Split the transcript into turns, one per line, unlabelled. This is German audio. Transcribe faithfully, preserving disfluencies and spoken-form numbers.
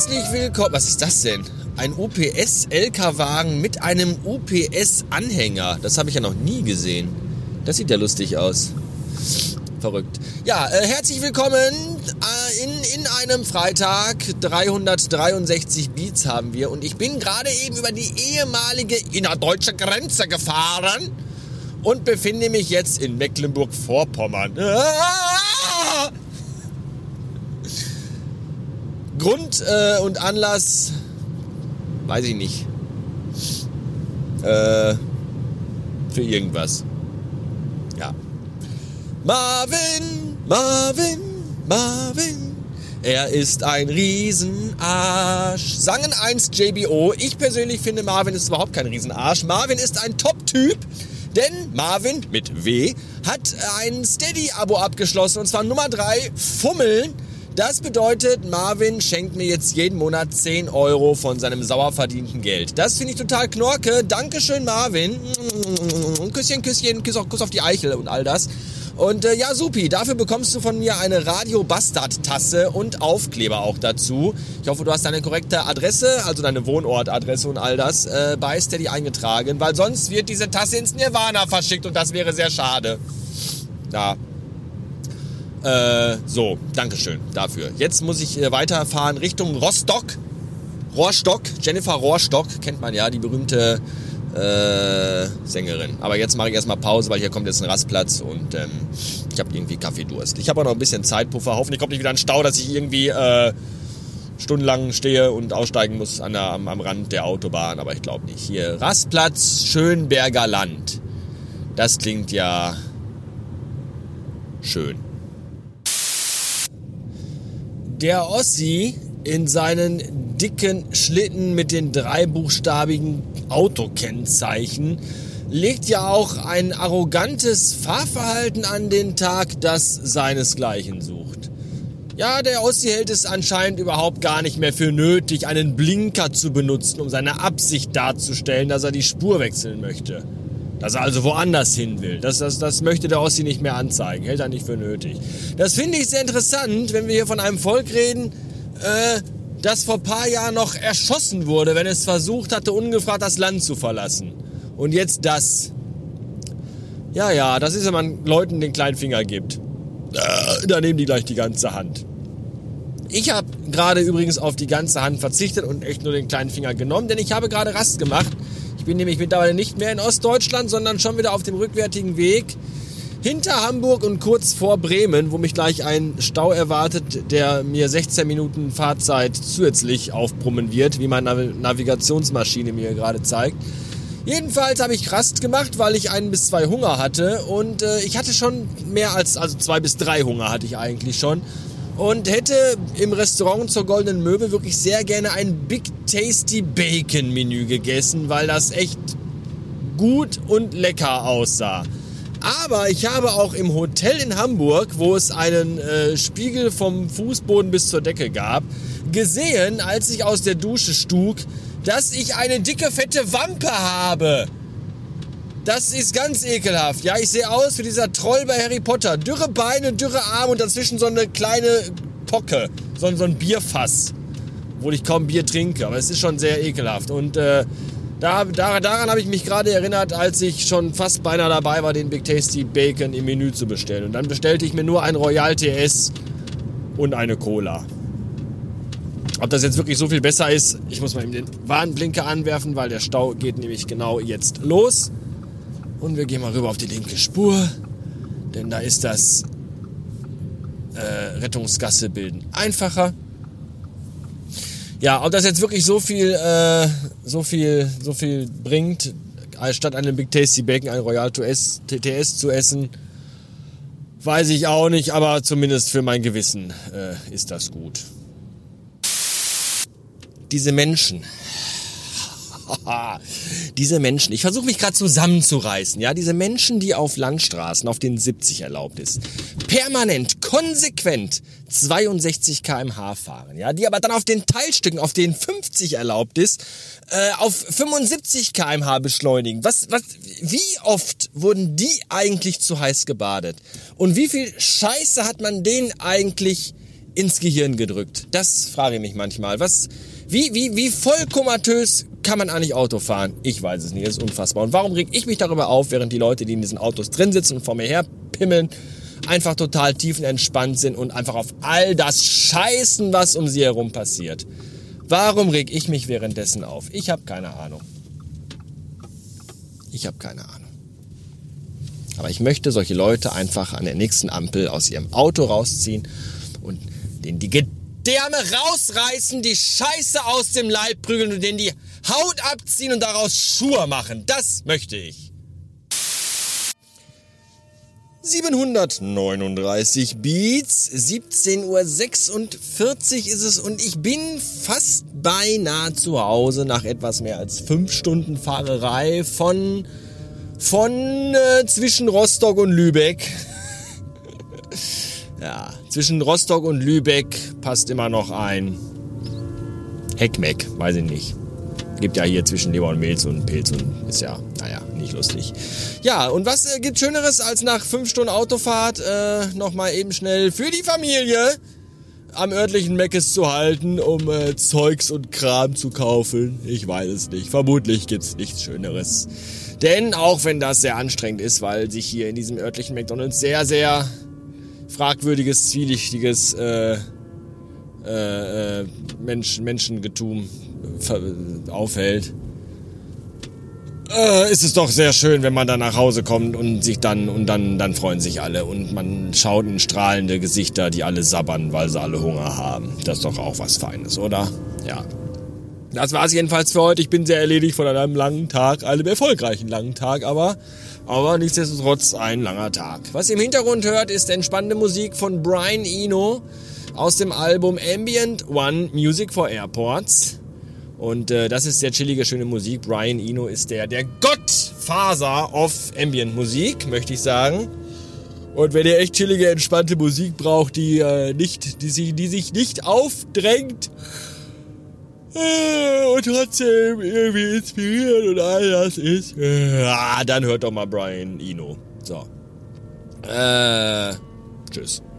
Herzlich willkommen. Was ist das denn? Ein U P S-L K-Wagen mit einem U P S-Anhänger. Das habe ich ja noch nie gesehen. Das sieht ja lustig aus. Verrückt. Ja, äh, herzlich willkommen äh, in, in einem Freitag. dreihundertdreiundsechzig Beats haben wir. Und ich bin gerade eben über die ehemalige innerdeutsche Grenze gefahren und befinde mich jetzt in Mecklenburg-Vorpommern. Ah! Grund äh, und Anlass, weiß ich nicht, äh, für irgendwas. Ja. Marvin, Marvin, Marvin, er ist ein Riesenarsch, sangen einst J B O. Ich persönlich finde, Marvin ist überhaupt kein Riesenarsch. Marvin ist ein Top-Typ, denn Marvin mit W hat ein Steady-Abo abgeschlossen, und zwar Nummer drei, Fummeln. Das bedeutet, Marvin schenkt mir jetzt jeden Monat zehn Euro von seinem sauer verdienten Geld. Das finde ich total knorke. Dankeschön, Marvin. Küsschen, Küsschen, Kuss auf, Kuss auf die Eichel und all das. Und äh, ja, supi, dafür bekommst du von mir eine Radio-Bastard-Tasse und Aufkleber auch dazu. Ich hoffe, du hast deine korrekte Adresse, also deine Wohnortadresse und all das, äh, bei Steady eingetragen, weil sonst wird diese Tasse ins Nirvana verschickt und das wäre sehr schade. Ja. Äh, so, Dankeschön dafür. Jetzt muss ich äh, weiterfahren Richtung Rostock. Rohrstock, Jennifer Rohrstock, kennt man ja, die berühmte äh, Sängerin. Aber jetzt mache ich erstmal Pause, weil hier kommt jetzt ein Rastplatz und ähm, ich habe irgendwie Kaffeedurst. Ich habe auch noch ein bisschen Zeitpuffer. Hoffentlich kommt nicht wieder ein Stau, dass ich irgendwie äh, stundenlang stehe und aussteigen muss an der, am, am Rand der Autobahn. Aber ich glaube nicht. Hier, Rastplatz Schönberger Land. Das klingt ja schön. Der Ossi in seinen dicken Schlitten mit den dreibuchstabigen Autokennzeichen legt ja auch ein arrogantes Fahrverhalten an den Tag, das seinesgleichen sucht. Ja, der Ossi hält es anscheinend überhaupt gar nicht mehr für nötig, einen Blinker zu benutzen, um seine Absicht darzustellen, dass er die Spur wechseln möchte. Dass er also woanders hin will. Das, das, das möchte der Ossi nicht mehr anzeigen. Hält er nicht für nötig. Das finde ich sehr interessant, wenn wir hier von einem Volk reden, äh, das vor ein paar Jahren noch erschossen wurde, wenn es versucht hatte, ungefragt das Land zu verlassen. Und jetzt das. Ja, ja, das ist, wenn man Leuten den kleinen Finger gibt. Äh, da nehmen die gleich die ganze Hand. Ich habe gerade übrigens auf die ganze Hand verzichtet und echt nur den kleinen Finger genommen, denn ich habe gerade Rast gemacht. Ich bin nämlich mittlerweile nicht mehr in Ostdeutschland, sondern schon wieder auf dem rückwärtigen Weg hinter Hamburg und kurz vor Bremen, wo mich gleich ein Stau erwartet, der mir sechzehn Minuten Fahrzeit zusätzlich aufbrummen wird, wie meine Nav- Navigationsmaschine mir gerade zeigt. Jedenfalls habe ich Rast gemacht, weil ich ein bis zwei Hunger hatte und äh, ich hatte schon mehr als, also zwei bis drei Hunger hatte ich eigentlich schon. Und hätte im Restaurant zur Goldenen Möwe wirklich sehr gerne ein Big Tasty Bacon Menü gegessen, weil das echt gut und lecker aussah. Aber ich habe auch im Hotel in Hamburg, wo es einen äh, Spiegel vom Fußboden bis zur Decke gab, gesehen, als ich aus der Dusche stug, dass ich eine dicke, fette Wampe habe. Das ist ganz ekelhaft. Ja, ich sehe aus wie dieser Troll bei Harry Potter. Dürre Beine, dürre Arme und dazwischen so eine kleine Pocke. So, so ein Bierfass. Obwohl ich kaum Bier trinke. Aber es ist schon sehr ekelhaft. Und äh, da, da, daran habe ich mich gerade erinnert, als ich schon fast beinahe dabei war, den Big Tasty Bacon im Menü zu bestellen. Und dann bestellte ich mir nur ein Royal T S und eine Cola. Ob das jetzt wirklich so viel besser ist, ich muss mal eben den Warnblinker anwerfen, weil der Stau geht nämlich genau jetzt los. Und wir gehen mal rüber auf die linke Spur, denn da ist das äh, Rettungsgasse bilden einfacher. Ja, ob das jetzt wirklich so viel, äh, so viel, so viel bringt, statt einem Big Tasty Bacon ein Royal T S zu essen, weiß ich auch nicht, aber zumindest für mein Gewissen äh, ist das gut. Diese Menschen. Diese Menschen, ich versuche mich gerade zusammenzureißen, ja, diese Menschen, die auf Landstraßen, auf denen siebzig erlaubt ist, permanent, konsequent zweiundsechzig Kilometer pro Stunde fahren, ja, die aber dann auf den Teilstücken, auf denen fünfzig erlaubt ist, äh, auf fünfundsiebzig Kilometer pro Stunde beschleunigen. Was, was, wie oft wurden die eigentlich zu heiß gebadet? Und wie viel Scheiße hat man denen eigentlich ins Gehirn gedrückt? Das frage ich mich manchmal. Was, wie, wie, wie voll komatös kann man eigentlich Auto fahren? Ich weiß es nicht, das ist unfassbar. Und warum reg ich mich darüber auf, während die Leute, die in diesen Autos drin sitzen und vor mir her pimmeln, einfach total tiefenentspannt sind und einfach auf all das scheißen, was um sie herum passiert? Warum reg ich mich währenddessen auf? Ich habe keine Ahnung. Ich habe keine Ahnung. Aber ich möchte solche Leute einfach an der nächsten Ampel aus ihrem Auto rausziehen und denen die Gedärme rausreißen, die Scheiße aus dem Leib prügeln und denen die Haut abziehen und daraus Schuhe machen. Das möchte ich. siebenhundertneununddreißig Beats, siebzehn Uhr sechsundvierzig ist es und ich bin fast beinahe zu Hause nach etwas mehr als fünf Stunden Fahrerei von, von äh, zwischen Rostock und Lübeck. Ja, zwischen Rostock und Lübeck passt immer noch ein Heckmeck, weiß ich nicht. Gibt ja hier zwischen Leber und Milz und Pilz und ist ja, naja, nicht lustig. Ja, und was äh, gibt Schöneres, als nach fünf Stunden Autofahrt äh, nochmal eben schnell für die Familie am örtlichen Meckes zu halten, um äh, Zeugs und Kram zu kaufen? Ich weiß es nicht. Vermutlich gibt's nichts Schöneres. Denn auch wenn das sehr anstrengend ist, weil sich hier in diesem örtlichen McDonald's sehr, sehr fragwürdiges, zwielichtiges äh, äh, äh, Mensch, Menschengetum aufhält, äh, ist es doch sehr schön, wenn man dann nach Hause kommt und sich dann und dann dann freuen sich alle und man schaut in strahlende Gesichter, die alle sabbern, weil sie alle Hunger haben. Das ist doch auch was Feines, oder? Ja. Das war's jedenfalls für heute. Ich bin sehr erledigt von einem langen Tag, einem erfolgreichen langen Tag, aber aber nichtsdestotrotz ein langer Tag. Was ihr im Hintergrund hört, ist entspannende Musik von Brian Eno aus dem Album Ambient One Music for Airports. Und äh, das ist sehr chillige, schöne Musik. Brian Eno ist der, der Godfather of Ambient-Musik, möchte ich sagen. Und wenn ihr echt chillige, entspannte Musik braucht, die, äh, nicht, die, sich, die sich nicht aufdrängt äh, und trotzdem irgendwie inspiriert und all das ist, äh, dann hört doch mal Brian Eno. So. Äh, tschüss.